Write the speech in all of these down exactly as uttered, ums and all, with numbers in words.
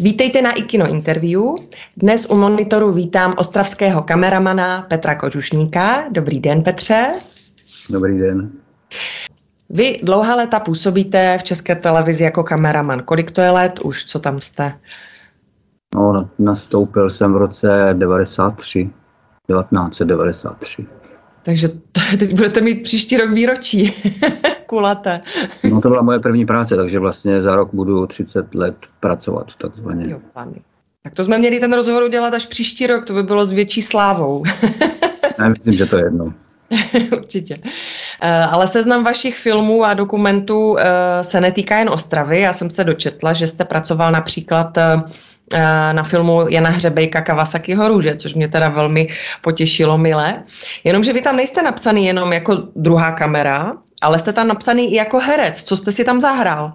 Vítejte na iKino Interview. Dnes u monitoru vítám ostravského kameramana Petra Kožušníka. Dobrý den, Petře. Dobrý den. Vy dlouhá léta působíte v České televizi jako kameraman. Kolik to je let už, co tam jste? No, nastoupil jsem v roce devadesát tři, devatenáct set devadesát tři. Takže to, teď budete mít příští rok výročí. Kulaté. No to byla moje první práce, takže vlastně za rok budu třicet let pracovat, takzvaně. Jo, pány. Tak to jsme měli ten rozhovor udělat až příští rok, to by bylo s větší slávou. Já myslím, že to je jedno. Určitě. Ale seznam vašich filmů a dokumentů se netýká jen Ostravy. Já jsem se dočetla, že jste pracoval například na filmu Jana Hřebejka Kawasakiho růže, což mě teda velmi potěšilo, milé. Jenomže vy tam nejste napsaný jenom jako druhá kamera, ale jste tam napsaný i jako herec. Co jste si tam zahrál?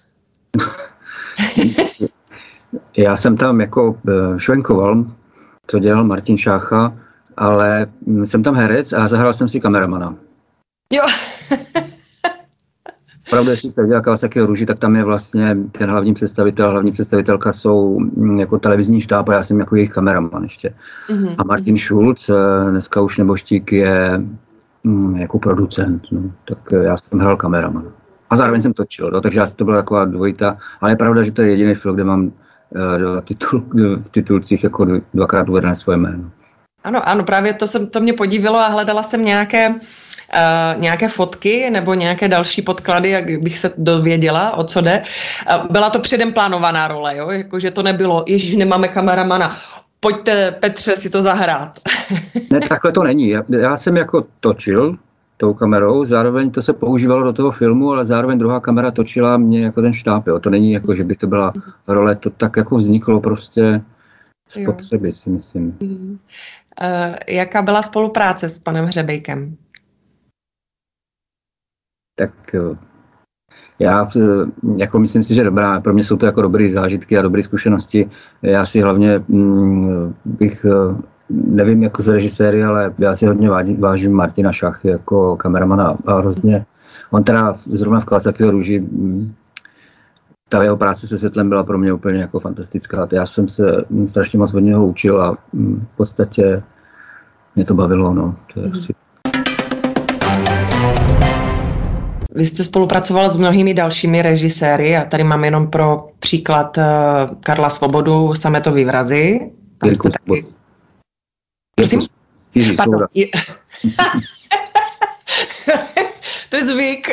Já jsem tam jako švenkoval, co dělal Martin Šácha, ale jsem tam herec a zahrál jsem si kameramana. Jo. Pravda, jestli jste viděl Kawasakiho růži, tak tam je vlastně ten hlavní představitel, hlavní představitelka jsou jako televizní štáb a já jsem jako jejich kameraman ještě. Mm-hmm. A Martin Schulz, dneska už neboštík, je jako producent, no, tak já jsem hrál kameraman. A zároveň jsem točil, no, takže to byla taková dvojita, ale je pravda, že to je jediný film, kde mám uh, titul, v titulcích jako dvakrát uvedené svoje jméno. Ano, ano, právě to, jsem, to mě podívilo a hledala jsem nějaké, uh, nějaké fotky nebo nějaké další podklady, jak bych se dověděla, o co jde. Uh, byla to předem plánovaná role, jo? Jako, že to nebylo, ježiš, nemáme kameramana, pojďte, Petře, si to zahrát. Ne, takhle to není. Já, já jsem jako točil tou kamerou, zároveň to se používalo do toho filmu, ale zároveň druhá kamera točila mě jako ten štáb, jo? To není jako, že by to byla role, to tak jako vzniklo prostě z potřeby, si myslím. Uh, jaká byla spolupráce s panem Hřebejkem? Tak já jako myslím si, že dobrá. Pro mě jsou to jako dobré zážitky a dobré zkušenosti. Já si hlavně mm, bych, nevím jako z režiséry, ale já si hodně vážím Martina Šáchy jako kameramana a hrozně. On teda zrovna v Kawasakiho růži, ta jeho práce se světlem byla pro mě úplně jako fantastická. Já jsem se strašně moc od něho učil a v podstatě mě to bavilo. No. To je asi... Vy jste spolupracoval s mnohými dalšími režiséry a tady mám jenom pro příklad Karla Svobodu, Sametovy vrazy. Tam jste taky... Prosím? Pardon. To je zvyk.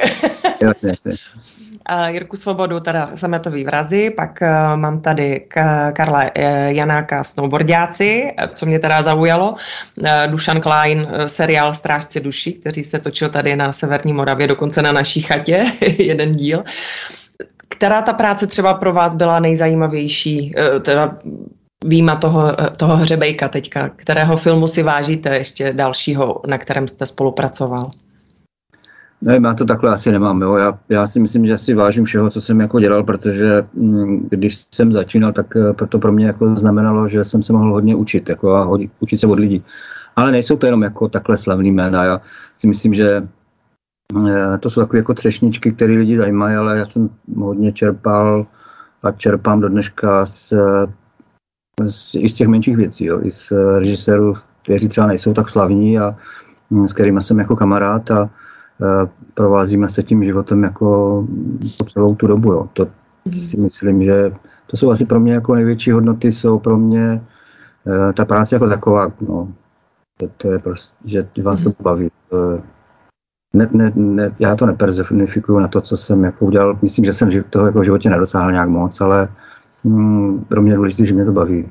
Jirku Svobodu, teda Sametový vrazy, pak uh, mám tady K- Karla uh, Janáka Snowboardiáci, co mě teda zaujalo, uh, Dušan Klein, uh, seriál Strážci duší, který se točil tady na Severní Moravě, dokonce na naší chatě, jeden díl. Která ta práce třeba pro vás byla nejzajímavější, uh, teda výjima toho, uh, toho Hřebejka teďka, kterého filmu si vážíte ještě dalšího, na kterém jste spolupracoval? Ne, já to takhle asi nemám. Jo. Já, já si myslím, že si vážím všeho, co jsem jako dělal, protože m, když jsem začínal, tak to pro mě jako znamenalo, že jsem se mohl hodně učit jako, a hodit, učit se od lidí. Ale nejsou to jenom jako takhle slavný jména. Já si myslím, že e, to jsou takové jako třešničky, které lidi zajímají, ale já jsem hodně čerpal a čerpám do dneška z, z, i z těch menších věcí. Jo. I z režisérů, kteří třeba nejsou tak slavní a m, s kterými jsem jako kamarád a provázíme se tím životem jako po celou tu dobu. Jo. To si myslím, že to jsou asi pro mě jako největší hodnoty, jsou pro mě ta práce jako taková. No. To, to je prostě, že vás to baví. Ne, ne, ne, já to nepersonifikuju na to, co jsem jako udělal. Myslím, že jsem toho jako v životě nedosáhl nějak moc, ale mm, pro mě je důležité, že mě to baví.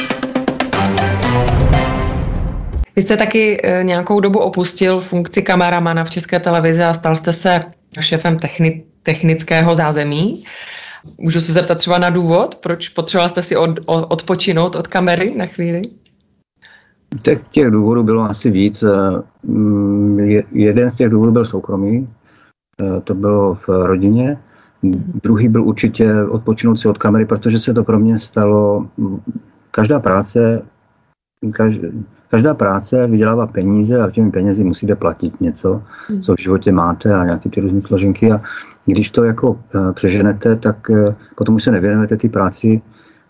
Vy jste taky nějakou dobu opustil funkci kameramana v České televizi a stal jste se šéfem techni- technického zázemí. Můžu se zeptat třeba na důvod, proč potřeboval jste si od, od, odpočinout od kamery na chvíli? Tak těch důvodů bylo asi víc. Jeden z těch důvodů byl soukromý, to bylo v rodině. Druhý byl určitě odpočinout si od kamery, protože se to pro mě stalo, každá práce, každá, Každá práce vydělává peníze a těmi penězi musíte platit něco, co v životě máte a nějaké ty různé složenky. A když to jako uh, přeženete, tak uh, potom už se nevěnujete té práci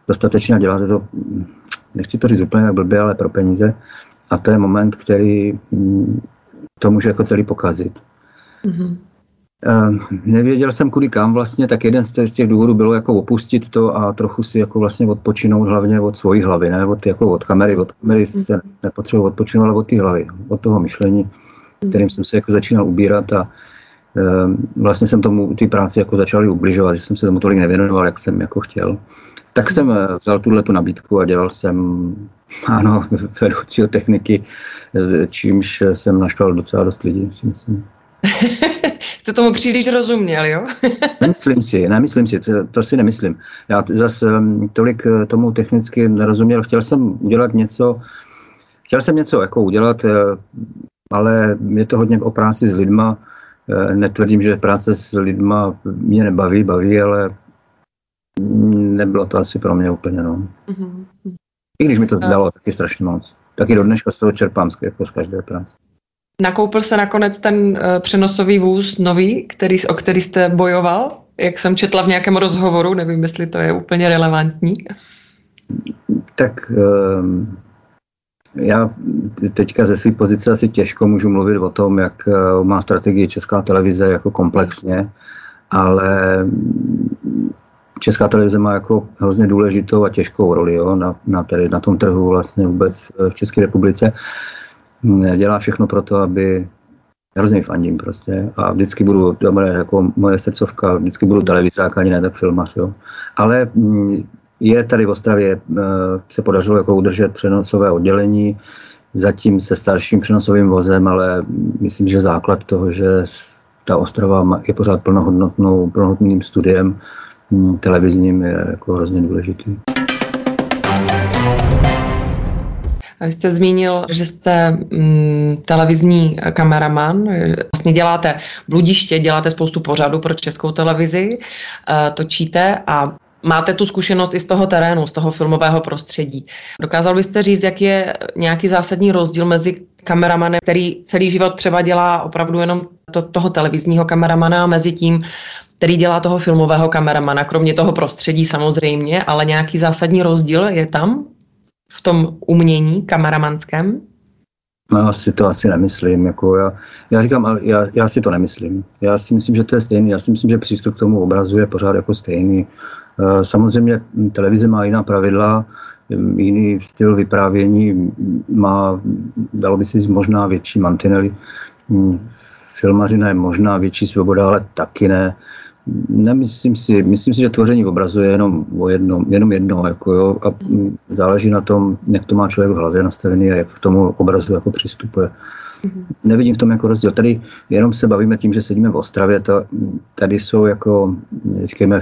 dostatečně a děláte to, nechci to říct úplně tak blbě, ale pro peníze. A to je moment, který to může jako celý pokazit. Mm-hmm. Uh, nevěděl jsem kudy kam vlastně, tak jeden z těch důvodů bylo jako opustit to a trochu si jako vlastně odpočinout hlavně od svojí hlavy, ne od, jako od kamery. Od kamery se nepotřeboval odpočinout, ale od té hlavy, od toho myšlení, kterým jsem se jako začínal ubírat a uh, vlastně jsem tomu té práci jako začal ubližovat, že jsem se tomu tolik nevěnoval, jak jsem jako chtěl. Tak jsem vzal tuhletu nabídku a dělal jsem, ano, vedoucího techniky, čímž jsem naštval docela dost lidí, si myslím. Jste tomu příliš rozuměl, jo? Nemyslím si, nemyslím si, to, to si nemyslím. Já zase tolik tomu technicky nerozuměl. Chtěl jsem udělat něco, chtěl jsem něco jako udělat, ale je to hodně o práci s lidma. Netvrdím, že práce s lidma mě nebaví, baví, ale nebylo to asi pro mě úplně, no. Mm-hmm. I když mi to dalo taky strašně moc. Taky do dneška z toho čerpám jako z každé práce. Nakoupil se nakonec ten uh, přenosový vůz nový, který, o který jste bojoval? Jak jsem četla v nějakém rozhovoru, nevím, jestli to je úplně relevantní. Tak um, já teďka ze své pozice asi těžko můžu mluvit o tom, jak uh, má strategii Česká televize jako komplexně, ale Česká televize má jako hrozně důležitou a těžkou roli, jo, na, na, tady, na tom trhu vlastně vůbec v České republice. Dělá všechno pro to, aby hrozně fandím prostě a vždycky budu, dobré, jako moje srdcovka, vždycky budu televizák, ani ne tak filmař, jo. Ale je tady v Ostravě, se podařilo jako udržet přenosové oddělení, zatím se starším přenosovým vozem, ale myslím, že základ toho, že ta Ostrava je pořád plnohodnotnou, plnohodnotným studiem televizním, je jako hrozně důležitý. Vy jste zmínil, že jste mm, televizní kameraman, vlastně děláte bludiště, děláte spoustu pořadů pro Českou televizi, uh, točíte a máte tu zkušenost i z toho terénu, z toho filmového prostředí. Dokázal byste říct, jak je nějaký zásadní rozdíl mezi kameramanem, který celý život třeba dělá opravdu jenom to, toho televizního kameramana, a mezi tím, který dělá toho filmového kameramana, kromě toho prostředí samozřejmě, ale nějaký zásadní rozdíl je tam? V tom umění kameramanském? No, já si to asi nemyslím. Jako já, já říkám, ale já, já si to nemyslím. Já si myslím, že to je stejný. Já si myslím, že přístup k tomu obrazu je pořád jako stejný. Samozřejmě televize má jiná pravidla, jiný styl vyprávění, má, dalo by si říct, možná větší mantinely. Filmařina je možná větší svoboda, ale taky ne. Nemyslím si, myslím si, že tvoření obrazu je jenom o jedno, jenom jedno, jako jo, a záleží na tom, jak to má člověk v hlavě nastavený a jak k tomu obrazu jako přistupuje. Mm-hmm. Nevidím v tom jako rozdíl. Tady jenom se bavíme tím, že sedíme v Ostravě, to, tady jsou jako, říkejme,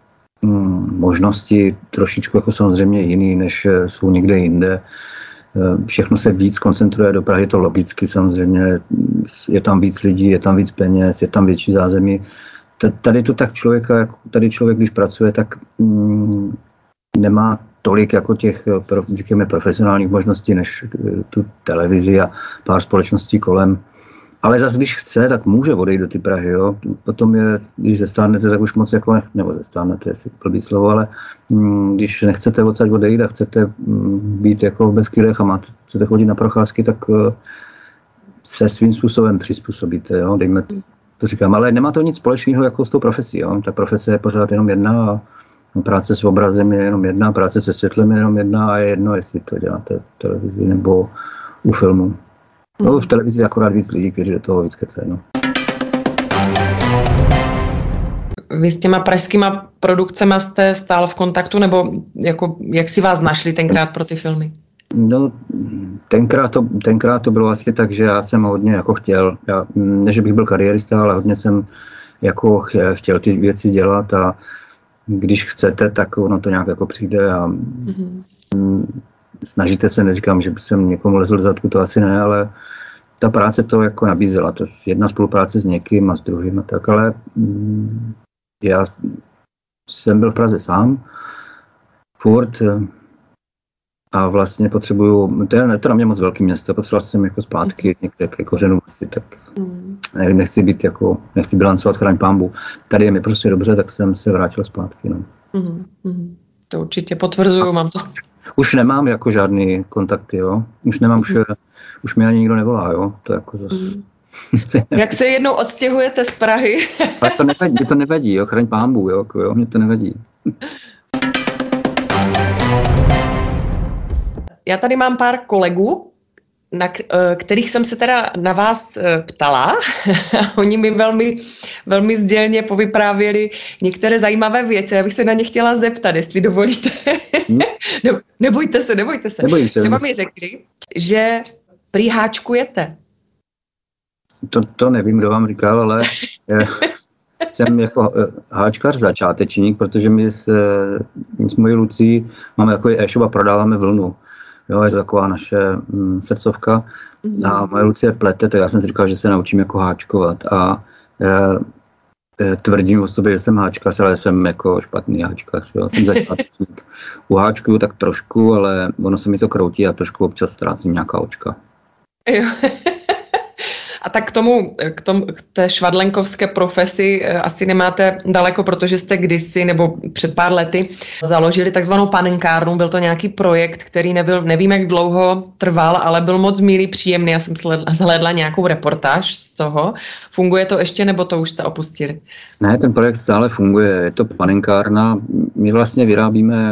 možnosti trošičku jako samozřejmě jiný, než jsou někde jinde. Všechno se víc koncentruje do Prahy, to logicky samozřejmě, je tam víc lidí, je tam víc peněz, je tam větší zázemí. Tady to tak člověka, jako tady člověk, když pracuje, tak mm, nemá tolik jako těch, říkáme, profesionálních možností, než tu televizi a pár společností kolem. Ale zase, když chce, tak může odejít do ty Prahy, jo. Potom je, když zestárnete, tak už moc jako nech, nebo zestárnete, jestli blbý slovo, ale mm, když nechcete odsaď odejít a chcete mm, být jako bez kýlech a máte, chcete chodit na procházky, tak uh, se svým způsobem přizpůsobíte, jo. Dejme to říkám, ale nemá to nic společného jako s tou profesí, jo. Ta profese je pořád jenom jedna a práce s obrazem je jenom jedna, práce se světlem je jenom jedna a je jedno, jestli to děláte v televizi nebo u filmu. No, v televizi je akorát víc lidí, kteří do toho víc kecají, no. Vy s těma pražskýma produkcemi jste stál v kontaktu, nebo jako, jak si vás našli tenkrát pro ty filmy? No, tenkrát to, tenkrát to bylo vlastně tak, že já jsem hodně jako chtěl, já, ne, že bych byl kariérista, ale hodně jsem jako chtěl ty věci dělat a když chcete, tak ono to nějak jako přijde a mm-hmm. snažíte se, neříkám, že jsem někomu lezl do zadku, to asi ne, ale ta práce to jako nabízela, to jedna spolupráce s někým a s druhým a tak, ale mm, já jsem byl v Praze sám, furt, a vlastně potřebuju, to je to na mě moc velký město, potřeboval jsem jako zpátky někde ke kořenu asi, tak nevím, nechci být jako, nechci bilancovat chraň pánbu. Tady je mi prostě dobře, tak jsem se vrátil zpátky, no. Mm-hmm. to určitě potvrzuju, mám to. Už nemám jako žádný kontakty, jo. Už nemám, už, už mi ani nikdo nevolá, jo. To jako zase... Mm. Jak se jednou odstěhujete z Prahy? Ale to nevadí, mě to nevadí, jo, chraň pánbů, jo, jo, mě to nevadí. Já tady mám pár kolegů, na kterých jsem se teda na vás ptala. Oni mi velmi, velmi sdělně povyprávěli některé zajímavé věci. Já bych se na ně chtěla zeptat, jestli dovolíte. Hmm? Ne, nebojte se, nebojte se. Nebojím se. Třeba mi řekli, že prý háčkujete. To, to nevím, kdo vám říkal, ale jsem jako háčkař začátečník, protože my s, my s mojí Lucí máme jako e-shop a prodáváme vlnu. Jo, je to taková naše mm, srdcovka. Mm-hmm. A moje Lucie plete, tak já jsem si říkal, že se naučím jako háčkovat. A e, e, tvrdím o sobě, že jsem háčkař, ale jsem jako špatný háčkař. Jo. Jsem začátečník. Uháčkuju tak trošku, ale ono se mi to kroutí a trošku občas ztrácím nějaká očka. Jo. A tak k tomu, k, tomu, k té švadlenkovské profesi asi nemáte daleko, protože jste kdysi nebo před pár lety založili takzvanou panenkárnu. Byl to nějaký projekt, který nebyl, nevím, jak dlouho trval, ale byl moc milý, příjemný. Já jsem zhlédla nějakou reportáž z toho. Funguje to ještě, nebo to už jste opustili? Ne, ten projekt stále funguje. Je to panenkárna. My vlastně vyrábíme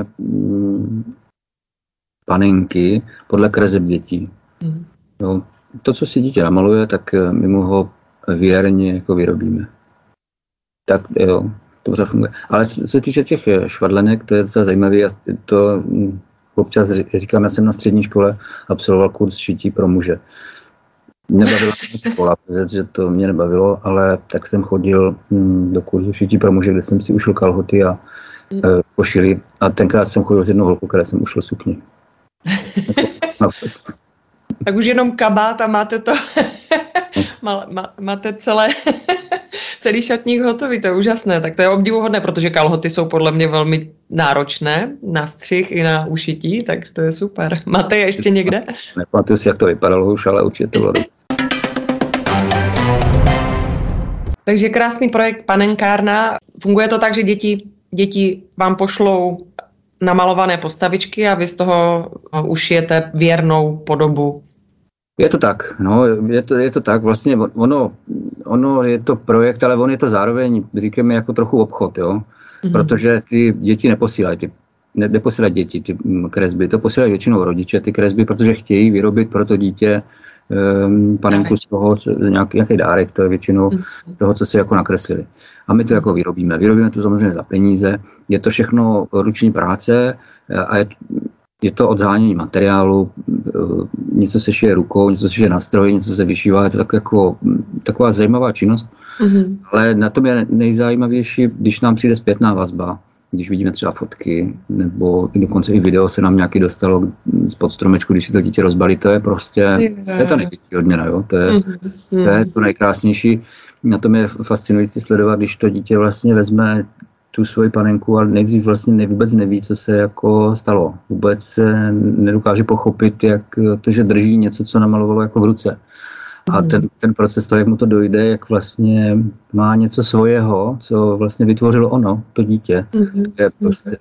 panenky podle kreseb dětí. Hmm. Jo. To, co si dítě namaluje, tak my mu ho věrně jako vyrobíme. Tak jo, to pořád funguje. Ale co se týče těch švadlenek, to je docela zajímavé. Já to občas říkám, já jsem na střední škole absolvoval kurz šití pro muže. Nebavila mě škola, protože to mě nebavilo, ale tak jsem chodil do kurzu šití pro muže, kde jsem si ušil kalhoty a košily. A tenkrát jsem chodil s jednou holkou, které jsem ušil sukni. Na fest. Tak už jenom kabát a máte to, má, má, máte celé, celý šatník hotový, to je úžasné. Tak to je obdivuhodné, protože kalhoty jsou podle mě velmi náročné na střih i na ušití, tak to je super. Máte je ještě někde? Nepamatuju si, jak to vypadalo už, ale určitě to bylo. Takže krásný projekt Panenkárna. Funguje to tak, že děti, děti vám pošlou namalované postavičky a vy z toho ušijete věrnou podobu. Je to tak, no, je to, je to tak, vlastně ono, ono je to projekt, ale on je to zároveň, říkáme, jako trochu obchod, jo, mm-hmm. protože ty děti neposílají, ty, ne, neposílají děti ty kresby, to posílají většinou rodiče ty kresby, protože chtějí vyrobit pro to dítě um, panenku z toho, co, nějaký, nějaký dárek, to je většinou mm-hmm. toho, co si jako nakreslili. A my to jako vyrobíme. Vyrobíme to samozřejmě za peníze. Je to všechno ruční práce a je, je to odhánění materiálu. Něco se šije rukou, něco se šije na stroji, něco se vyšívá. Je to tak jako, taková zajímavá činnost. Mm-hmm. Ale na tom je nejzajímavější, když nám přijde zpětná vazba, když vidíme třeba fotky, nebo dokonce i video se nám nějaký dostalo spod stromečku, když si to dítě rozbalí. To je prostě, yeah. to je ta největší odměna, jo? To je, mm-hmm. to je to nejkrásnější. Na tom je fascinující sledovat, když to dítě vlastně vezme tu svoji panenku, ale nejdřív vlastně vůbec neví, co se jako stalo. Vůbec se nedokáže pochopit, jak to, že drží něco, co namalovalo jako v ruce. A ten, ten proces toho, jak mu to dojde, jak vlastně má něco svojeho, co vlastně vytvořilo ono, to dítě. Je prostě...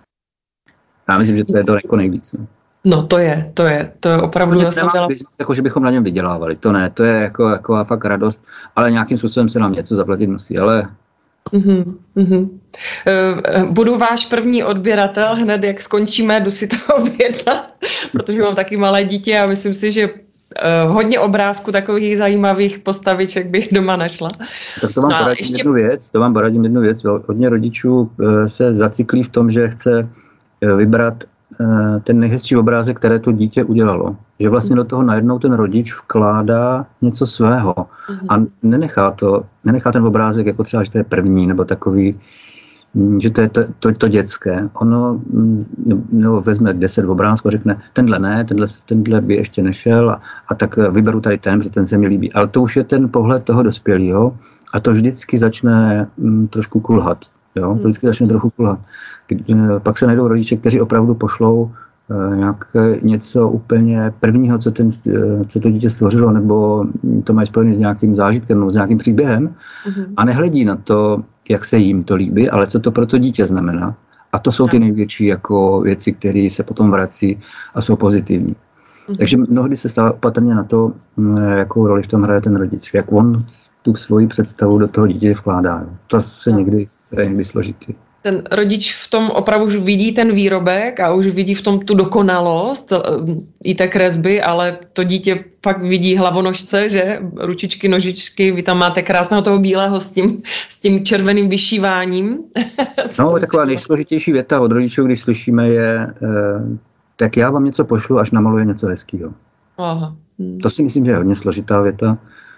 Já myslím, že to je to jako nejvíc. No. No to je, to je, to je opravdu... To jsem dala... jako, že bychom na něm vydělávali, to ne, to je jako, jako fakt radost, ale nějakým způsobem se nám něco zaplatit musí, ale... Uhum, uhum. Budu váš první odběratel hned, jak skončíme, jdu si to objednat, protože mám taky malé dítě a myslím si, že hodně obrázků takových zajímavých postaviček bych doma našla. Tak to vám no poradím ještě... jednu věc, to vám poradím jednu věc, hodně rodičů se zacyklí v tom, že chce vybrat ten nejhezčí obrázek, které to dítě udělalo. Že vlastně do toho najednou ten rodič vkládá něco svého a nenechá to, nenechá ten obrázek jako třeba, že to je první, nebo takový, že to je to, to, to dětské. Ono nebo vezme deset obrázků a řekne, tenhle ne, tenhle, tenhle by ještě nešel a, a tak vyberu tady ten, protože ten se mi líbí. Ale to už je ten pohled toho dospělého a to vždycky začne m, trošku kulhat. Jo? To vždycky začne trochu kulhat. Pak se najdou rodiče, kteří opravdu pošlou uh, nějaké něco úplně prvního, co, ten, uh, co to dítě stvořilo, nebo to mají spojené s nějakým zážitkem nebo s nějakým příběhem mm-hmm. a nehledí na to, jak se jim to líbí, ale co to pro to dítě znamená. A to jsou ty největší jako věci, které se potom vrací a jsou pozitivní. Mm-hmm. Takže mnohdy se stává opatrně na to, jakou roli v tom hraje ten rodič. Jak on tu svoji představu do toho dítě vkládá. To se někdy, je někdy složitý. Ten rodič v tom opravdu už vidí ten výrobek a už vidí v tom tu dokonalost i té kresby, ale to dítě pak vidí hlavonožce, že ručičky, nožičky, vy tam máte krásného toho bílého s tím, s tím červeným vyšíváním. No, taková nejsložitější věta od rodičů, když slyšíme, je eh, tak já vám něco pošlu, až namaluje něco hezkýho. Aha. Hmm. To si myslím, že je hodně složitá věta.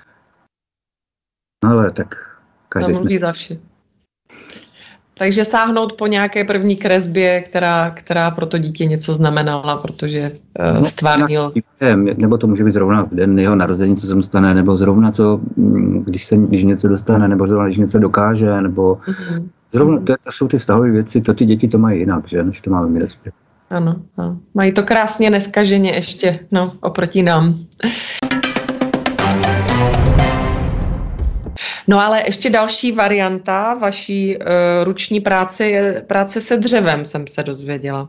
Ale tak každý mluví jsme... za vše. Takže sáhnout po nějaké první kresbě, která, která pro to dítě něco znamenala, protože uh, no, stvárnil... Nebo to může být zrovna v den jeho narození, co se mu stane, nebo zrovna co, když, se, když něco dostane, nebo zrovna když něco dokáže, nebo mm-hmm. zrovna, to, to jsou ty vztahové věci, to ty děti to mají jinak, že, než to máme my dospělí. Ano, ano, mají to krásně neskaženě ještě, no, oproti nám. No ale ještě další varianta vaší uh, ruční práce je práce se dřevem, jsem se dozvěděla.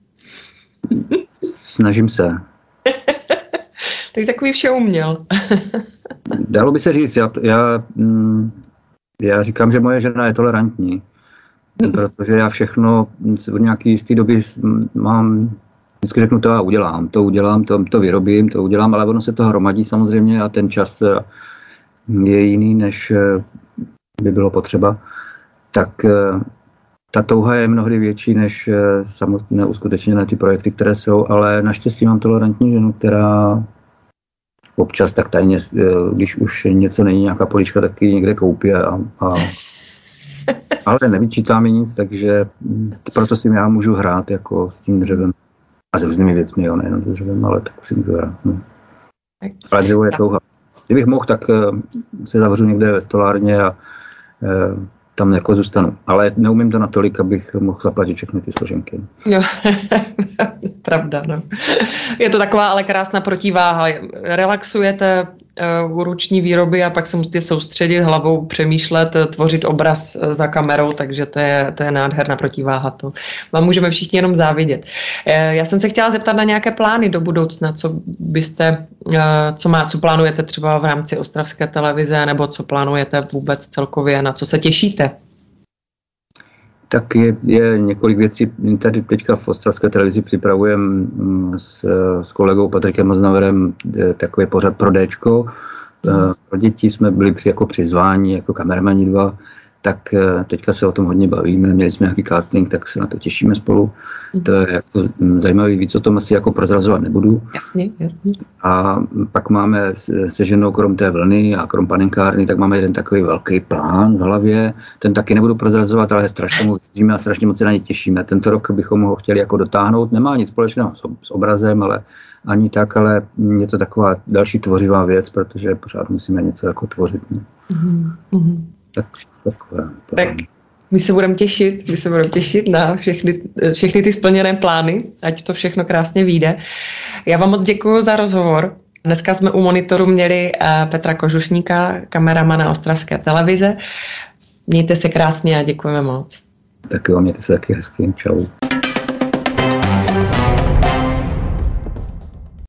Snažím se. Takže takový vše uměl. Dalo by se říct, já, já, já říkám, že moje žena je tolerantní, protože já všechno od nějaký jistý doby mám, vždycky řeknu, to já udělám, to udělám, to, to vyrobím, to udělám, ale ono se to hromadí samozřejmě a ten čas je jiný, než by bylo potřeba, tak ta touha je mnohdy větší než samotné uskutečněné ty projekty, které jsou, ale naštěstí mám tolerantní ženu, která občas tak tajně, když už něco není, nějaká polička, tak ji někde koupí a, a ale nevyčítá mi nic, takže proto si já můžu hrát jako s tím dřevem a s různými věcmi, jo, nejenom s dřevem, ale tak si můžu hrát. No. Ale dřevo je touha. Kdybych mohl, tak uh, se zavřu někde ve stolárně a uh, tam jako zůstanu. Ale neumím to natolik, abych mohl zaplatit všechny ty složenky. Jo, pravda, no. Je to taková ale krásná protiváha. Relaxujete uh, u ruční výroby a pak se musíte soustředit hlavou, přemýšlet, tvořit obraz uh, za kamerou, takže to je, to je nádherná protiváha. To vám můžeme všichni jenom závidět. Uh, já jsem se chtěla zeptat na nějaké plány do budoucna, co byste, uh, co, má, co plánujete třeba v rámci ostravské televize, nebo co plánujete vůbec celkově, na co se těšíte? Tak je, je několik věcí. Tady teďka v ostravské televizi připravujeme s, s kolegou Patrikem Maznaverem takový pořad pro Déčko. Pro děti jsme byli při, jako přizváni, jako kameramani dva, tak teďka se o tom hodně bavíme. Měli jsme nějaký casting, tak se na to těšíme spolu. To je jako zajímavý, víc o tom asi jako prozrazovat nebudu. Jasně, jasně. A pak máme se ženou krom té vlny a krom panenkárny, tak máme jeden takový velký plán v hlavě. Ten taky nebudu prozrazovat, ale strašně mu věříme a strašně moc se na ně těšíme. Tento rok bychom ho chtěli jako dotáhnout. Nemá nic společného s obrazem, ale ani tak, ale je to taková další tvořivá věc, protože pořád musíme něco jako tvořit. Mm-hmm. Tak, takové. Tak. My se budeme těšit, my se budeme těšit na všechny, všechny ty splněné plány, ať to všechno krásně vyjde. Já vám moc děkuji za rozhovor. Dneska jsme u monitoru měli Petra Kožušníka, kameramana ostravské televize. Mějte se krásně a děkujeme moc. Tak jo, mějte se taky hezky. Čau.